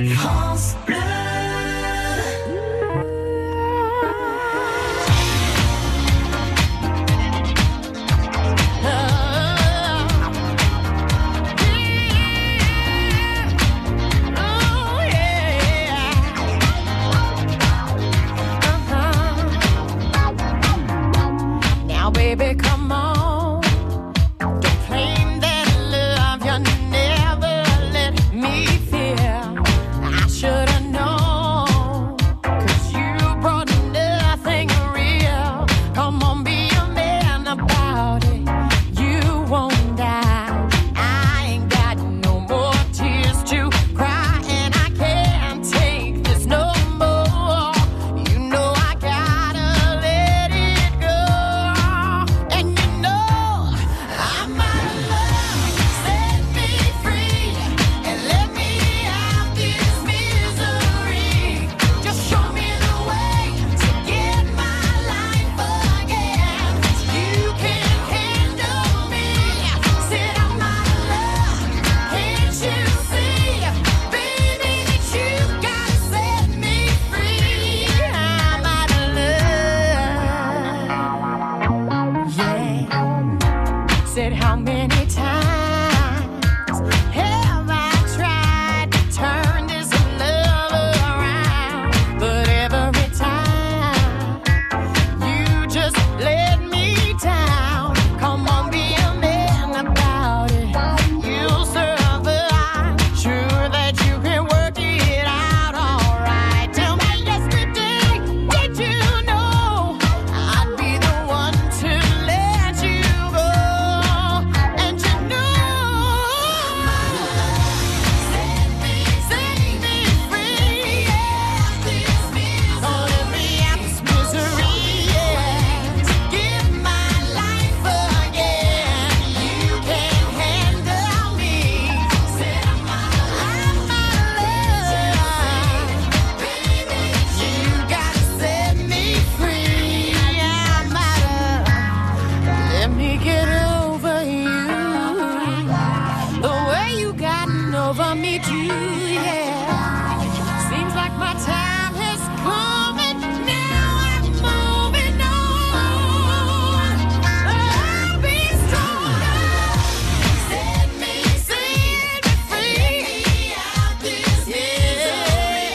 Now, baby, come on. Don't claim that love you never let me feel. I should have known, 'cause you brought nothing real. Come on, be a man about it. You won't die. I ain't got no more tears to cry, and I can't take this no more. You know I gotta let it go. And you know I'm out of love. Set me free and let me out this misery. Just show me the way to get my life again. You can handle me. Said I'm out of love. Can't you see, baby, that you gotta set me free? I'm out of love. Yeah. Said how many times have I tried to turn this love around? But every time you just let me down. Come on, be a man about it. You'll survive. Sure that you can work it out all right. Tell me yesterday, did you know I'd be the one to let you go? And you know, set me free. Don't let me out this misery. To give my life again. You can handle me. Said I'm out of love. You gotta set me free. I'm out of. Let me get over you. The way you gotten over me too, yeah. Seems like my time has come and now I'm moving on. I'll be stronger. Set me free. Out this misery.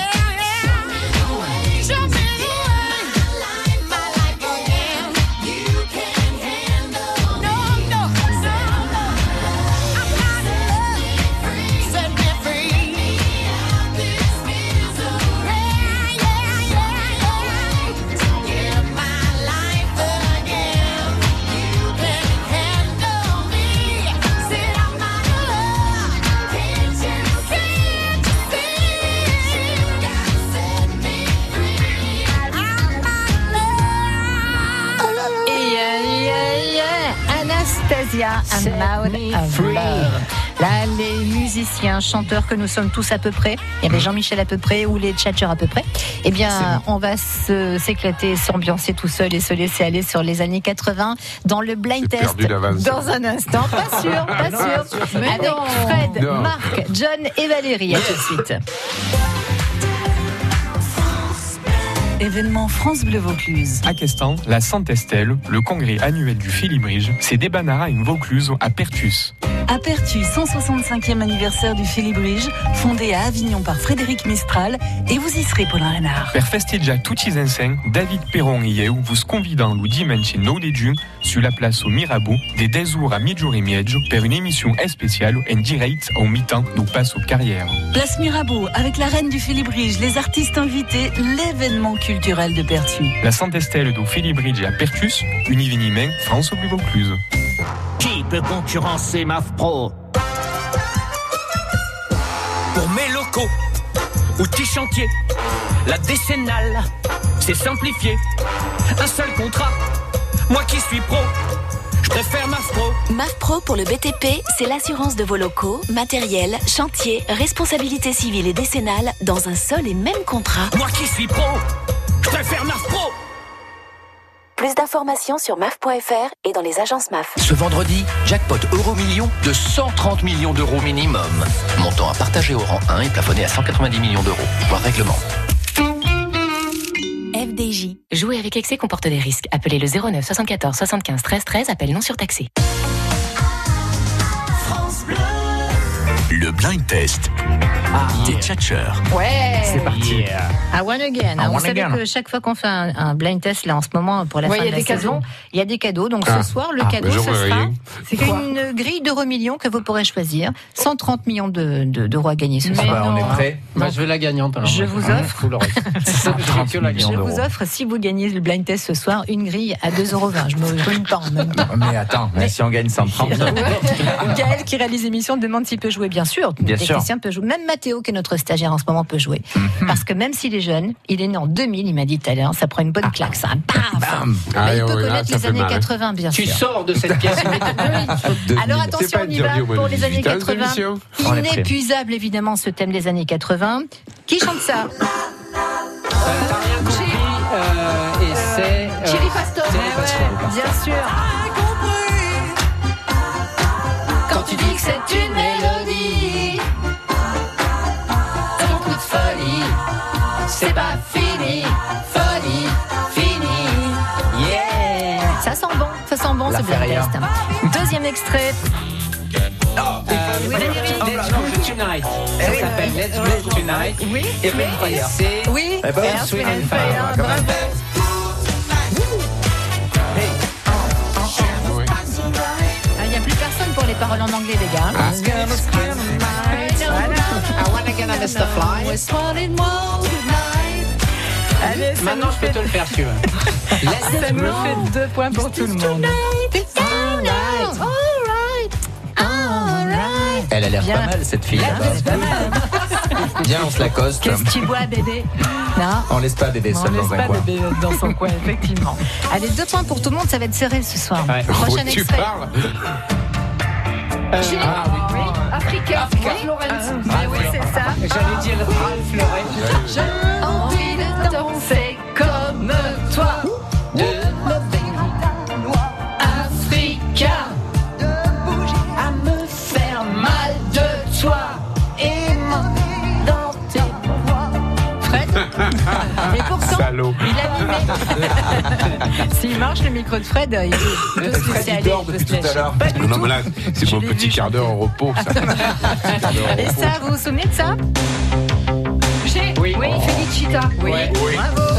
Show me the way. My life again. You can handle. No. I'm out of love. Set me free. Out this misery. To give my life again. You can handle me. Said I'm out of love. Can't you see? You gotta set me free. I'm Anastasia, I'm out of love. Là, les musiciens, chanteurs que nous sommes tous à peu près, il y avait Jean-Michel à peu près ou les tchatcheurs à peu près, eh bien, on va s'éclater, s'ambiancer tout seul et se laisser aller sur les années 80 dans le blind test. perdu d'avance. Dans un instant, pas sûr, pas sûr. Mais Avec non. Fred, Non. Marc, John et Valérie. À tout de suite. Événement France Bleu Vaucluse. À Questan, la Sainte Estelle, le congrès annuel du Félibrige, c'est Débanara in Vaucluse à Pertus. À Pertuis, 165e anniversaire du Félibrige, fondé à Avignon par Frédéric Mistral, et vous y serez, Paulin Renard. Per festejar tutti i ensens, David Perron et eu vous convidant le dimanche 9 de juin sur la place au Mirabeau, de 10h à midi et mezzo, per une émission spéciale en direct au mi-temps nous passe aux carrières. Place Mirabeau, avec la reine du Félibrige, les artistes invités, l'événement culturel de Pertuis. La Saint-Estelle do Félibrige à Pertus, un événement France au plus Vaucluse. Qui peut concurrencer MAF Pro? Pour mes locaux, outils chantiers, la décennale, c'est simplifié. Un seul contrat, moi qui suis pro, je préfère MAF Pro. MAF Pro pour le BTP, c'est l'assurance de vos locaux, matériel, chantier, responsabilité civile et décennale dans un seul et même contrat. Moi qui suis pro, je préfère MAF Pro. Plus d'informations sur maf.fr et dans les agences MAF. Ce vendredi, jackpot euro-million de 130 millions d'euros minimum. Montant à partager au rang 1 et plafonné à 190 millions d'euros. Voir règlement. FDJ. Jouer avec excès comporte des risques. Appelez le 09 74 75 13 13. Appel non surtaxé. Le blind test des tchatcheurs. Ouais. C'est parti. I won again. I Vous won savez again. que chaque fois qu'on fait un blind test là en ce moment pour la Ouais, fin il y de a la des cadeaux. saison, il y a des cadeaux. Donc Ah. ce soir, le Ah, cadeau, mais ce j'aurais sera rien. C'est quoi une grille d'euro millions que vous pourrez choisir. 130 millions d'euros à gagner ce Mais soir. non. On est prêt. Moi, je veux la gagnante. Alors, Je moi, vous m'en offre. fous le reste. Je veux que la Je gagnante. vous offre, si vous gagnez le blind test ce soir, une grille à 2,20 €. Je me ruine pas en même temps. Mais attends, mais si on gagne 130. Gaël qui réalise l'émission demande s'il peut jouer, bien sûr. Bien Le technicien peut jouer. Même Mathéo, qui est notre stagiaire en ce moment, peut jouer. Parce que même s'il est jeune, il est né en 2000, il m'a dit tout à l'heure, ça prend une bonne claque, ça. Paf. Ah, Il peut ouais, là, connaître ça les fait années mal, hein. 80, bien Tu sûr. sors de cette pièce. Alors C'est attention, pas on y va interdit au moins pour de les années 18 ans, 80. cette émission. On est prêt. Inépuisable, évidemment, ce thème des années 80. Qui chante ça Et c'est. Chili Pastor. Bien sûr. Quand tu dis que c'est une mélodie, un coup de folie, c'est pas fini, folie, fini. Yeah. Ça sent bon La ce blind feria. test. Deuxième extrait. Let's Groove Tonight. Ça s'appelle Let's Groove Tonight. Oui. Et c'est. Oui. Eh ben, Earth, Wind and Fire, quand même. bravo. Ah, il n'y a plus personne pour les paroles en anglais, les gars. I wanna get on Mr. Fly. Allez, ça Maintenant, nous je peux te le faire si tu veux. Ça nous fait 2 points pour tout le monde. Elle a l'air Bien. pas mal, cette fille. C'est pas mal. Viens, on se l'accoste. Qu'est-ce que tu bois, bébé? Non. On laisse pas bébé On seul laisse dans un pas coin. bébé dans son coin, effectivement. Allez, 2 points pour tout le monde, ça va être serré ce soir. Ouais. Prochain Tu extrait. parles Chili. Oui. Africa. Florence. Oui, c'est ça. J'allais dire Ralph Lauren. J'ai envie de danser comme toi. Africa. À me faire mal de toi. Et dans tes bras. Fred. Et pourtant, Salaud. il a mimé. S'il marche le micro de Fred, il peut se Fred, laisser il aller. dort il peut depuis se tout à lâcher. l'heure. Pas du Non, tout. mais là, c'est Je mon l'ai petit vu quart d'heure au repos, ça. Quart d'heure au Et repos. ça, vous vous souvenez de ça? Oui. Oui, Felicita. Oui. Ouais. Oui. Bravo.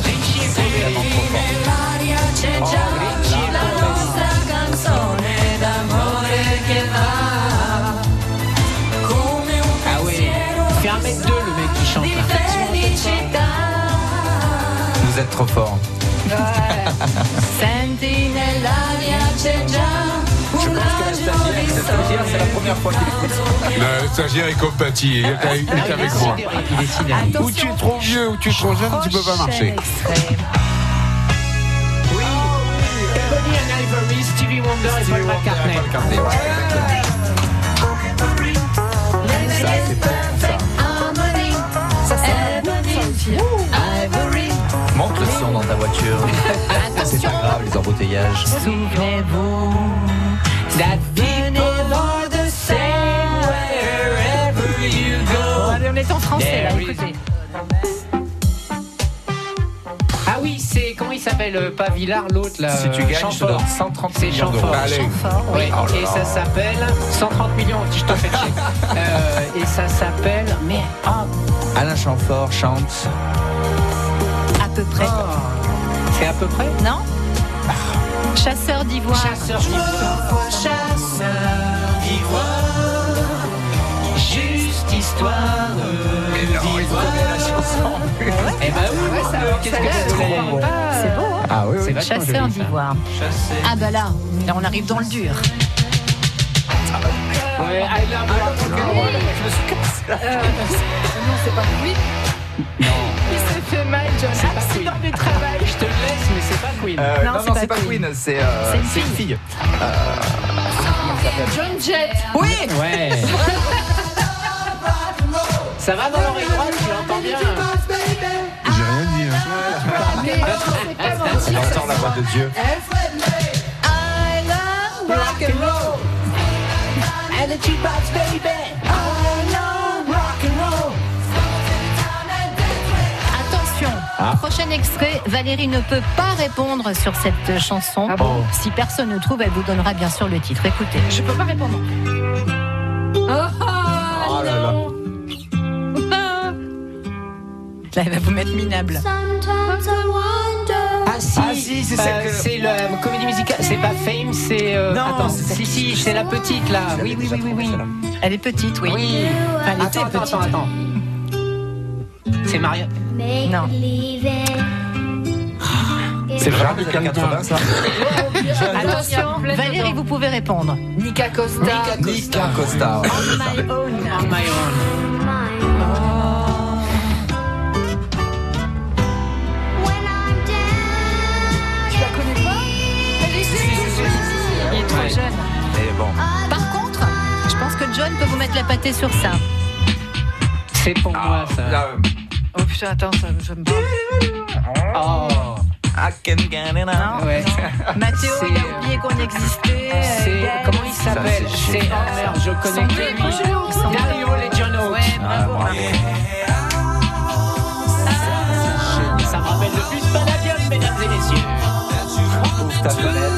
Ah oui. Fait 1m2 le mec qui chante là. Vous êtes trop fort. Je pense que la stagiaire, c'est la première fois qu'il écoute. Le stagiaire est compatie, il est avec moi. Il est sidéré. Ou tu es trop vieux, ou tu es trop jeune, tu peux pas marcher. Oui. Ebony and Ivory, Stevie Wonder et Paul McCartney. Ça, c'est top, ça. Monte le son dans ta voiture. C'est pas grave, les embouteillages. Souvenez-vous that people are the same wherever you go. Allez, on est en français là, écoutez. Ah oui, c'est. Comment il s'appelle s'appelle pas Villard, l'autre là. Si tu gagnes, je te Chamfort. donne 130 C'est millions d'euros. Chamfort. Allez. Chamfort, oui. Oui, Oh là et là. ça s'appelle 130 millions, je te fais chier. Et ça s'appelle. Mais. Alain Chamfort chante. À peu près. C'est à peu près. Non. Chasseur d'ivoire. Chasseur d'ivoire. Chasseur d'ivoire. Juste histoire d'ivoire. Eh ben oui, qu'est-ce que c'est? C'est beau, hein. Ah oui, oui. Chasseur d'ivoire. Ah bah là on arrive dans le dur. Ouais, I love Non, c'est pas Queen. Non. Il s'est fait mal, John. Accident du travail. Je te le laisse, mais c'est pas Queen. Non, c'est pas Queen, c'est une fille. John Jett. Oui. Ouais. Ça va dans l'oreille droite, tu l'entends bien. J'ai rien dit. Hein. Mais c'est pas mentir. On entend la voix de Dieu. I love rock and roll. And the jukebox, baby. I love rock and roll. Attention, prochain extrait, Valérie ne peut pas répondre sur cette chanson. Ah bon? Si personne ne trouve, elle vous donnera bien sûr le titre. Écoutez. Je peux pas répondre. Oh là là. Là, elle va vous mettre minable. Ah si, c'est celle que... c'est la comédie musicale, c'est pas Fame, c'est... Non, attends, c'est si, c'est la petite là. Oui. Elle est petite, oui. Oui. Enfin, elle était petite. Attends. C'est Maria. Non. C'est vraiment des années 80, ça. Attention, Valérie, vous pouvez répondre. Nika Costa. Nika Costa. On my own. On my own. Tu la connais pas? Elle est Il est trop jeune. Et bon. Par contre, je pense que John peut vous mettre la pâtée sur ça. C'est pour moi ça. Là, Oh putain, attends, ça me parle. Oh. I can get it now. Ouais. Mathéo, il a C'est, oublié qu'on existait. Comment il s'appelle? c'est C'est oh merde, je connais que lui. Dario Leggiano. Ouais, bravo. Ça me rappelle le bus Palladium, mesdames et messieurs. Ouvre ta fenêtre.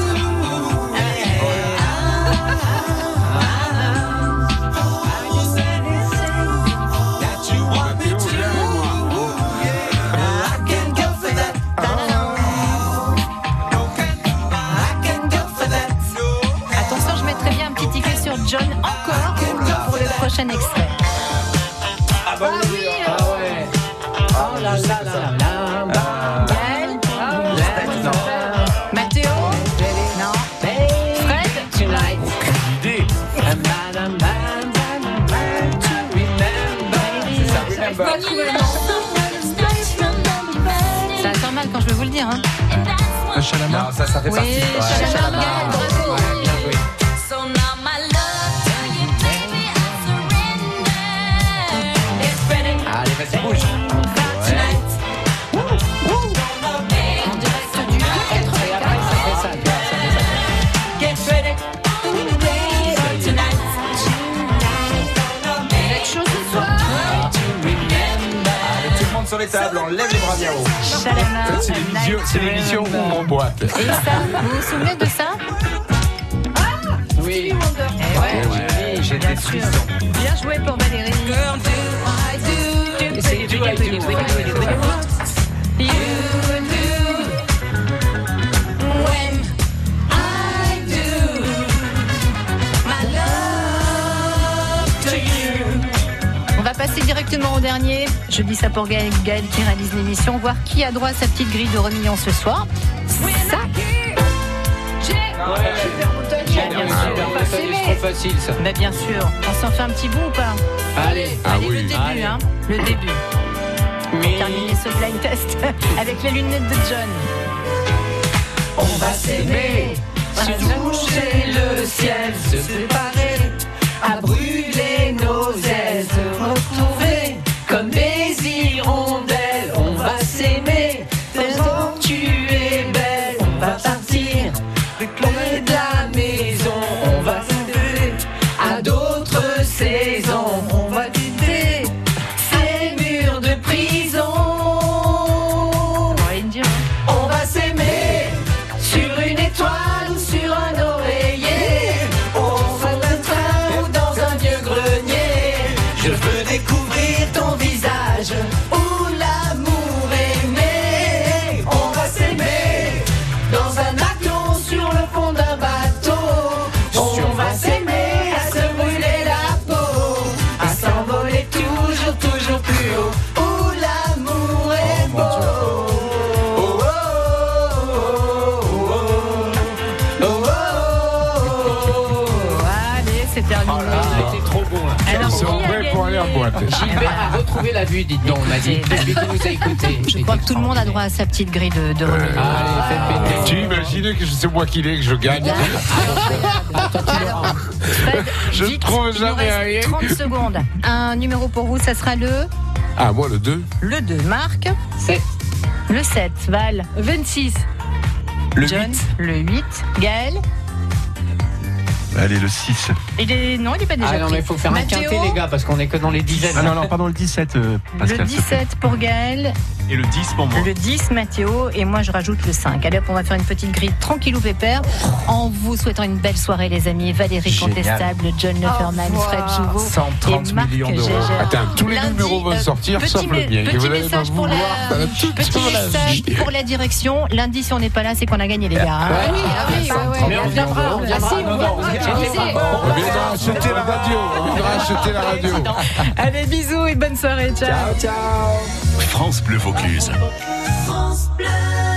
Attention, je mettrai bien un petit ticket sur John encore pour le prochain extrait. Ah bah oui. Ah ouais. Oh là là là là. Gaël, Non. Mathéo, non. Fred, Tonight. Idée. ça attend mal quand je vais vous le dire. Hein. Chalama. Non, ça fait Oui, partie. Ouais, Chalama, Gaël, bravo. Bien joué. Allez, vas-y, bouge. En direct du 84. Et après ça fait ça. Vous êtes chaud ce soir? Allez, tout le monde sur les tables, on lève les bras bien haut. Chalama, C'est l'émission où on m'emboîte. Et ça, vous vous souvenez de ça? Oui. Ouais, J'ai des frissons. bien joué pour Valérie. C'est du On va passer directement au dernier. Je dis ça pour Gaël qui réalise l'émission. Voir qui a droit à sa petite grille de remillon ce soir. Ça, C'est trop facile ça. bah bien sûr. On s'en fait un petit bout ou pas? Allez. Allez, oui. le début, Allez. hein. Le début. On va terminer ce blind test avec les lunettes de John. On va s'aimer, à toucher le ciel, se séparer, à brûler nos ailes, se retrouver comme des hirondelles. On va s'aimer, pendant que tu es belle. On va partir, loin de la maison. On va s'aimer à d'autres saisons. On va quitter ces murs de prison. On va rien dire. On va s'aimer. boîte. Gilbert a retrouvé la vue, dites donc, on m'a dit. Depuis qu'il nous a écoutés. Je crois que tout le monde a droit à sa petite grille de remise. Allez, faites péter. Tu imagines que c'est moi qui l'ai, que je gagne. Je ne trouve jamais rien. 30 secondes. Un numéro pour vous, ça sera le Ah, moi le 2. 2. Marc 7. Le 7. Val 26. Le John 8. Le 8. Gaël Allez, le 6. Non, il n'est pas déjà Ah non, mais il faut faire un Mathéo, quintet, les gars, parce qu'on est que dans les dizaines. Ah non, pardon, le 17, Pascal. Le 17 pour Gaël. Et le 10 pour moi. Le 10, Mathéo, et moi je rajoute le 5. Allez hop, on va faire une petite grille tranquillou pépère, en vous souhaitant une belle soirée les amis. Valérie Génial. Contestable, John Leferman, Fred Jouveau 130 et Marc millions d'euros. Gégère. Attends, tous les Lundi, numéros vont sortir, petit sauf le mien. petit Vous allez message me pour la- vouloir pendant toute Petit la message vie. pour la direction. Lundi, si on n'est pas là, c'est qu'on a gagné les gars. hein. Ah oui, Mais on viendra, on viendra. Ah si, Non, non, vous inquiétez pas. On viendra acheter la radio. On viendra acheter la radio. Allez, bisous et bonne soirée. Ciao. France Bleu Vaucluse. France Bleu.